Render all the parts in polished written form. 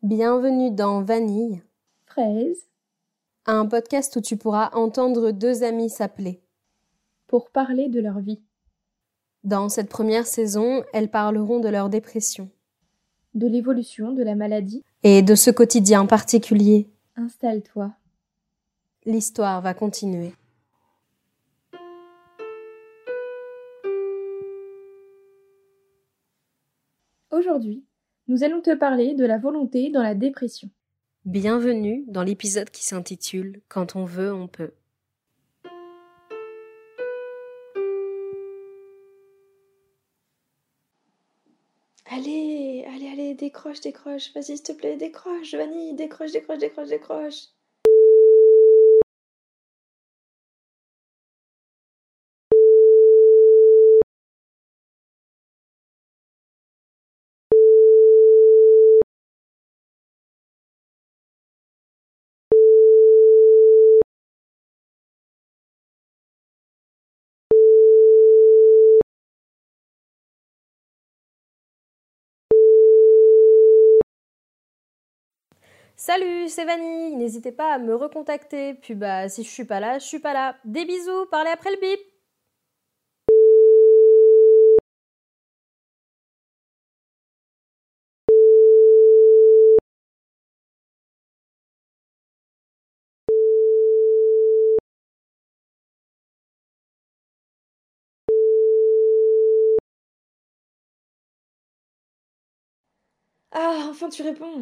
Bienvenue dans Vanille, Fraise, un podcast où tu pourras entendre deux amies s'appeler. pour parler de leur vie, Dans cette première saison, elles parleront de leur dépression de l'évolution de la maladie. et de ce quotidien particulier. Installe-toi. L'histoire va continuer. Aujourd'hui, nous allons te parler de la volonté dans la dépression. Bienvenue dans l'épisode qui s'intitule « Quand on veut, on peut ». Allez, décroche, vas-y, s'il te plaît, décroche, Vanille, décroche. Salut, c'est Vanille, n'hésitez pas à me recontacter. Puis si je suis pas là, je suis pas là. Des bisous, parlez après le bip. Ah, enfin tu réponds.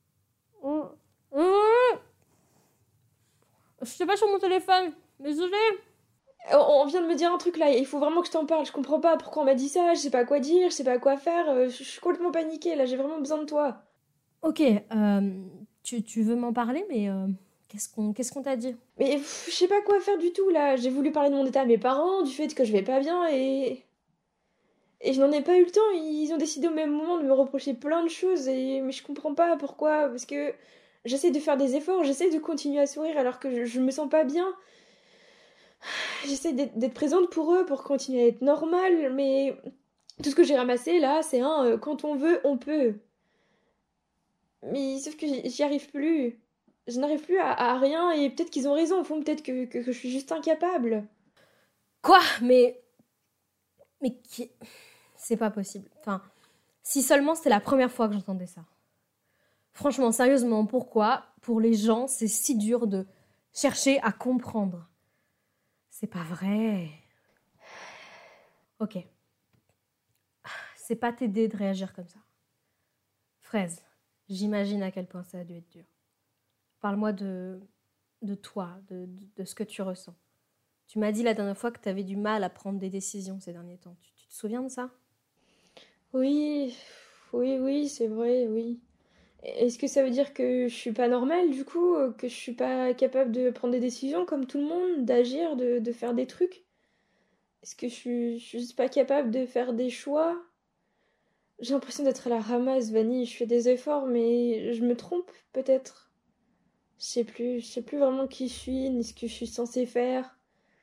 Je sais pas sur mon téléphone, désolée. On vient de me dire un truc là, il faut vraiment que je t'en parle, je comprends pas pourquoi on m'a dit ça, je sais pas quoi dire, je sais pas quoi faire, je suis complètement paniquée là, j'ai vraiment besoin de toi. Ok, tu veux m'en parler, mais qu'est-ce qu'on t'a dit? Mais je sais pas quoi faire du tout là, j'ai voulu parler de mon état à mes parents, du fait que je vais pas bien et je n'en ai pas eu le temps, ils ont décidé au même moment de me reprocher plein de choses, mais je comprends pas pourquoi, parce que j'essaie de faire des efforts, j'essaie de continuer à sourire alors que je me sens pas bien. J'essaie d'être présente pour eux, pour continuer à être normale, mais tout ce que j'ai ramassé là, c'est un quand on veut, on peut. Mais sauf que j'y arrive plus. Je n'arrive plus à rien et peut-être qu'ils ont raison, au fond, peut-être que je suis juste incapable. Quoi? Mais c'est pas possible. Enfin, si seulement c'était la première fois que j'entendais ça. Franchement, sérieusement, pourquoi, pour les gens, c'est si dur de chercher à comprendre? C'est pas vrai. Ok. C'est pas t'aider de réagir comme ça. Fraise, j'imagine à quel point ça a dû être dur. Parle-moi de toi, de ce que tu ressens. Tu m'as dit la dernière fois que tu avais du mal à prendre des décisions ces derniers temps. Tu te souviens de ça? Oui, oui, c'est vrai, oui. Est-ce que ça veut dire que je suis pas normale du coup, que je suis pas capable de prendre des décisions comme tout le monde, d'agir, de faire des trucs? Est-ce que je suis juste pas capable de faire des choix? J'ai l'impression d'être à la ramasse, Vanille. Je fais des efforts, mais je me trompe peut-être. Je sais plus vraiment qui je suis, ni ce que je suis censée faire.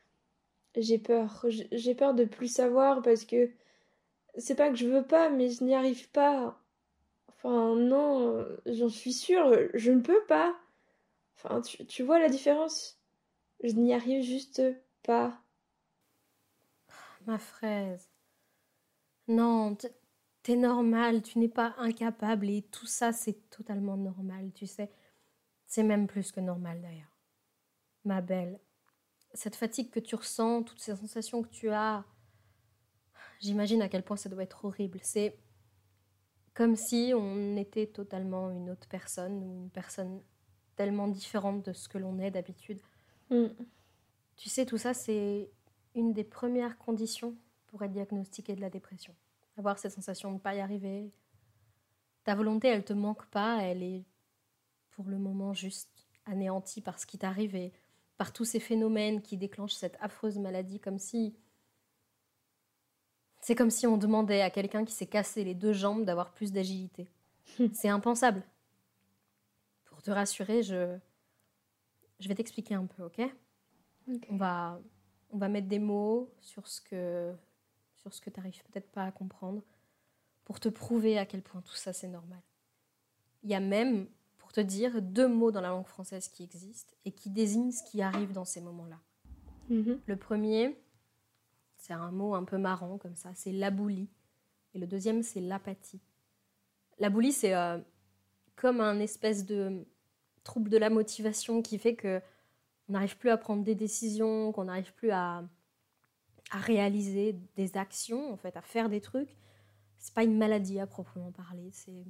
J'ai peur de plus savoir parce que c'est pas que je veux pas, mais je n'y arrive pas. Enfin, non, j'en suis sûre, je ne peux pas. Enfin, tu vois la différence? Je n'y arrive juste pas. Ma fraise. Non, t'es normale, tu n'es pas incapable et tout ça, c'est totalement normal, tu sais. C'est même plus que normal d'ailleurs. Ma belle, cette fatigue que tu ressens, toutes ces sensations que tu as, j'imagine à quel point ça doit être horrible. C'est comme si on était totalement une autre personne ou une personne tellement différente de ce que l'on est d'habitude. Mm. Tu sais, tout ça, c'est une des premières conditions pour être diagnostiqué de la dépression. Avoir cette sensation de ne pas y arriver. Ta volonté, elle te manque pas, elle est pour le moment juste anéantie par ce qui t'arrive et par tous ces phénomènes qui déclenchent cette affreuse maladie, comme si... C'est comme si on demandait à quelqu'un qui s'est cassé les deux jambes d'avoir plus d'agilité. C'est impensable. Pour te rassurer, je vais t'expliquer un peu, ok? Ok. On va mettre des mots sur ce que tu n'arrives peut-être pas à comprendre pour te prouver à quel point tout ça c'est normal. Il y a même, pour te dire, 2 mots dans la langue française qui existent et qui désignent ce qui arrive dans ces moments-là. Le premier, c'est un mot un peu marrant comme ça, c'est l'aboulie. Et le deuxième, c'est l'apathie. L'aboulie, c'est comme un espèce de trouble de la motivation qui fait qu'on n'arrive plus à prendre des décisions, qu'on n'arrive plus à réaliser des actions, en fait, à faire des trucs. C'est pas une maladie à proprement parler, c'est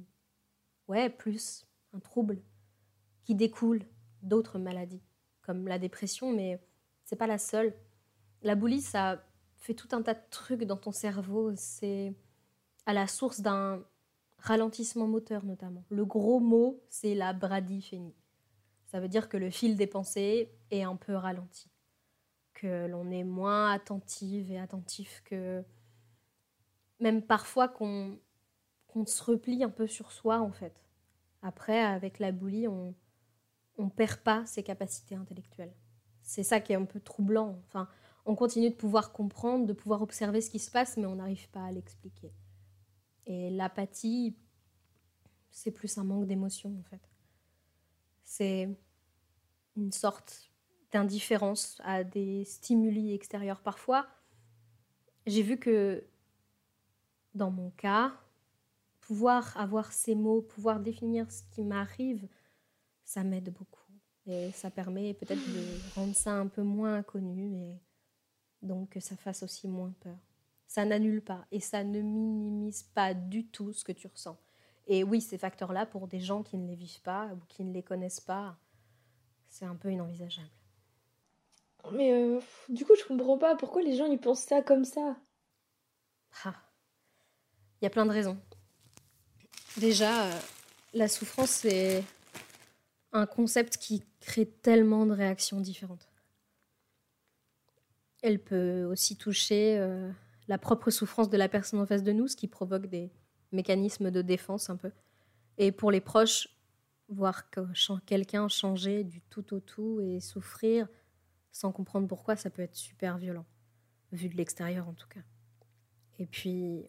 plus un trouble qui découle d'autres maladies, comme la dépression, mais c'est pas la seule. La boulie, ça fait tout un tas de trucs dans ton cerveau, c'est à la source d'un ralentissement moteur notamment. Le gros mot, c'est la bradyphénie. Ça veut dire que le fil des pensées est un peu ralenti, que l'on est moins attentive et attentif, que même parfois qu'on se replie un peu sur soi en fait. Après, avec la boulie, on perd pas ses capacités intellectuelles. C'est ça qui est un peu troublant. Enfin, on continue de pouvoir comprendre, de pouvoir observer ce qui se passe, mais on n'arrive pas à l'expliquer. Et l'apathie, c'est plus un manque d'émotion en fait. C'est une sorte d'indifférence à des stimuli extérieurs. Parfois, j'ai vu que dans mon cas, pouvoir avoir ces mots, pouvoir définir ce qui m'arrive, ça m'aide beaucoup. Et ça permet peut-être de rendre ça un peu moins inconnu et donc que ça fasse aussi moins peur. Ça n'annule pas et ça ne minimise pas du tout ce que tu ressens. Et oui, ces facteurs-là, pour des gens qui ne les vivent pas ou qui ne les connaissent pas, c'est un peu inenvisageable. Mais du coup, je comprends pas pourquoi les gens ils pensent ça comme ça. Ah, il y a plein de raisons. Déjà, la souffrance, c'est un concept qui crée tellement de réactions différentes. Elle peut aussi toucher la propre souffrance de la personne en face de nous, ce qui provoque des mécanismes de défense un peu. Et pour les proches, voir quelqu'un changer du tout au tout et souffrir sans comprendre pourquoi, ça peut être super violent, vu de l'extérieur en tout cas. Et puis,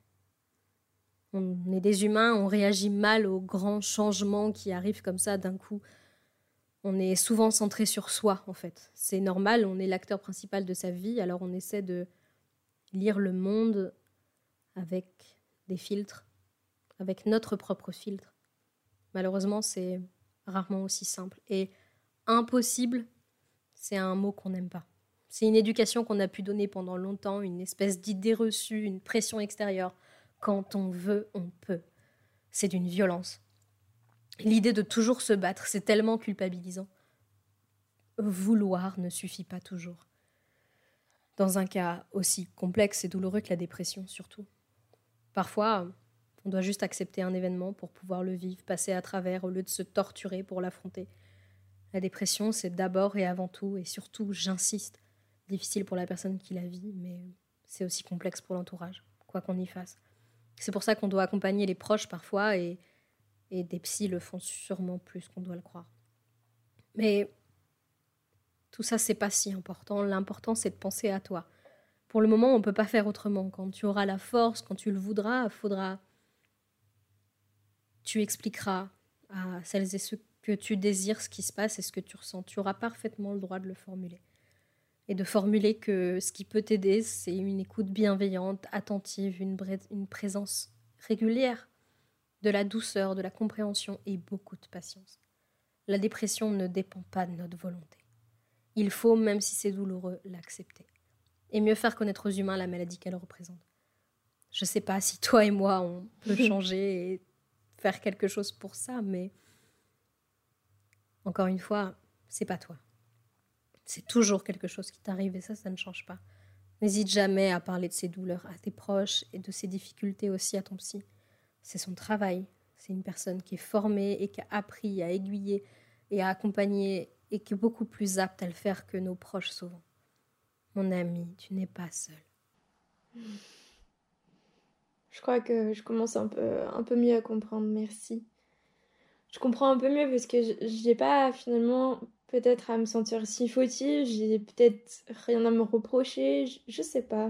on est des humains, on réagit mal aux grands changements qui arrivent comme ça d'un coup. On est souvent centré sur soi, en fait. C'est normal, on est l'acteur principal de sa vie, alors on essaie de lire le monde avec des filtres, avec notre propre filtre. Malheureusement, c'est rarement aussi simple. Et impossible, c'est un mot qu'on n'aime pas. C'est une éducation qu'on a pu donner pendant longtemps, une espèce d'idée reçue, une pression extérieure. Quand on veut, on peut. C'est d'une violence. L'idée de toujours se battre, c'est tellement culpabilisant. Vouloir ne suffit pas toujours. Dans un cas aussi complexe et douloureux que la dépression, surtout. Parfois, on doit juste accepter un événement pour pouvoir le vivre, passer à travers, au lieu de se torturer pour l'affronter. La dépression, c'est d'abord et avant tout, et surtout, j'insiste, difficile pour la personne qui la vit, mais c'est aussi complexe pour l'entourage, quoi qu'on y fasse. C'est pour ça qu'on doit accompagner les proches parfois, et des psys le font sûrement plus qu'on doit le croire. Mais tout ça, c'est pas si important. L'important, c'est de penser à toi. Pour le moment, on peut pas faire autrement. Quand tu auras la force, quand tu le voudras, tu expliqueras à celles et ceux que tu désires ce qui se passe et ce que tu ressens. Tu auras parfaitement le droit de le formuler. Et de formuler que ce qui peut t'aider, c'est une écoute bienveillante, attentive, une présence régulière, de la douceur, de la compréhension et beaucoup de patience. La dépression ne dépend pas de notre volonté. Il faut, même si c'est douloureux, l'accepter. Et mieux faire connaître aux humains la maladie qu'elle représente. Je sais pas si toi et moi, on peut changer et faire quelque chose pour ça, mais encore une fois, c'est pas toi. C'est toujours quelque chose qui t'arrive et ça ne change pas. N'hésite jamais à parler de ces douleurs à tes proches et de ces difficultés aussi à ton psy. C'est son travail. C'est une personne qui est formée et qui a appris à aiguiller et à accompagner et qui est beaucoup plus apte à le faire que nos proches souvent. Mon ami, tu n'es pas seul. Je crois que je commence un peu mieux à comprendre, merci. Je comprends un peu mieux parce que j'ai pas finalement peut-être à me sentir si fautive, j'ai peut-être rien à me reprocher, je sais pas.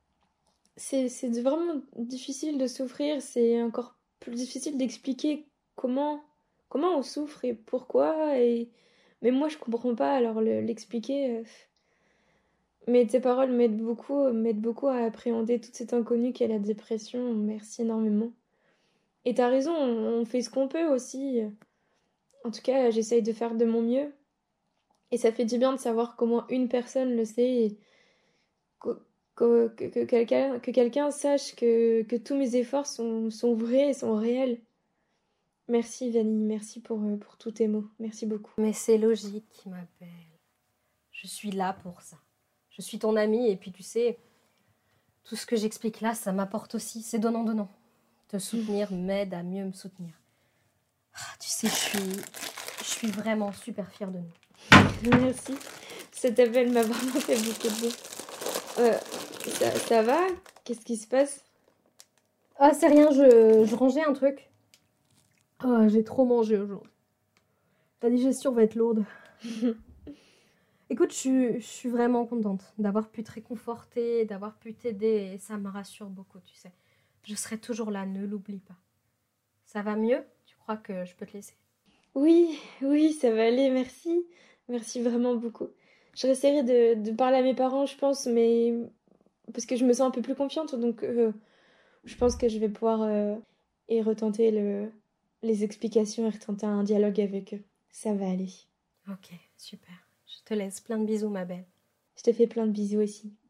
C'est vraiment difficile de souffrir, c'est encore plus difficile d'expliquer comment on souffre et pourquoi. Mais moi, je comprends pas, alors l'expliquer. Mais tes paroles m'aident beaucoup à appréhender toute cette inconnue qu'est la dépression. Merci énormément. Et t'as raison, on fait ce qu'on peut aussi. En tout cas, j'essaye de faire de mon mieux. Et ça fait du bien de savoir qu'au moins une personne le sait. Et que quelqu'un sache que tous mes efforts sont vrais et sont réels. Merci Vanille, merci pour tous tes mots. Merci beaucoup. Mais c'est logique, ma belle. Je suis là pour ça. Je suis ton amie et puis tu sais, tout ce que j'explique là, ça m'apporte aussi. C'est donnant-donnant. Te soutenir m'aide à mieux me soutenir. Tu sais, je suis vraiment super fière de nous. Merci. Cet appel m'a vraiment fait beaucoup de bien. Ça va? Qu'est-ce qui se passe? Ah, c'est rien, je rangeais un truc. Oh, j'ai trop mangé aujourd'hui. La digestion va être lourde. Écoute, je suis vraiment contente d'avoir pu te réconforter, d'avoir pu t'aider. Et ça me rassure beaucoup, tu sais. Je serai toujours là, ne l'oublie pas. Ça va mieux? Tu crois que je peux te laisser? Oui, oui, ça va aller, merci. Merci vraiment beaucoup. Je réessayerai de parler à mes parents, je pense, mais parce que je me sens un peu plus confiante, donc je pense que je vais pouvoir et retenter les explications et retenter un dialogue avec eux. Ça va aller. Ok, super. Je te laisse plein de bisous, ma belle. Je te fais plein de bisous aussi.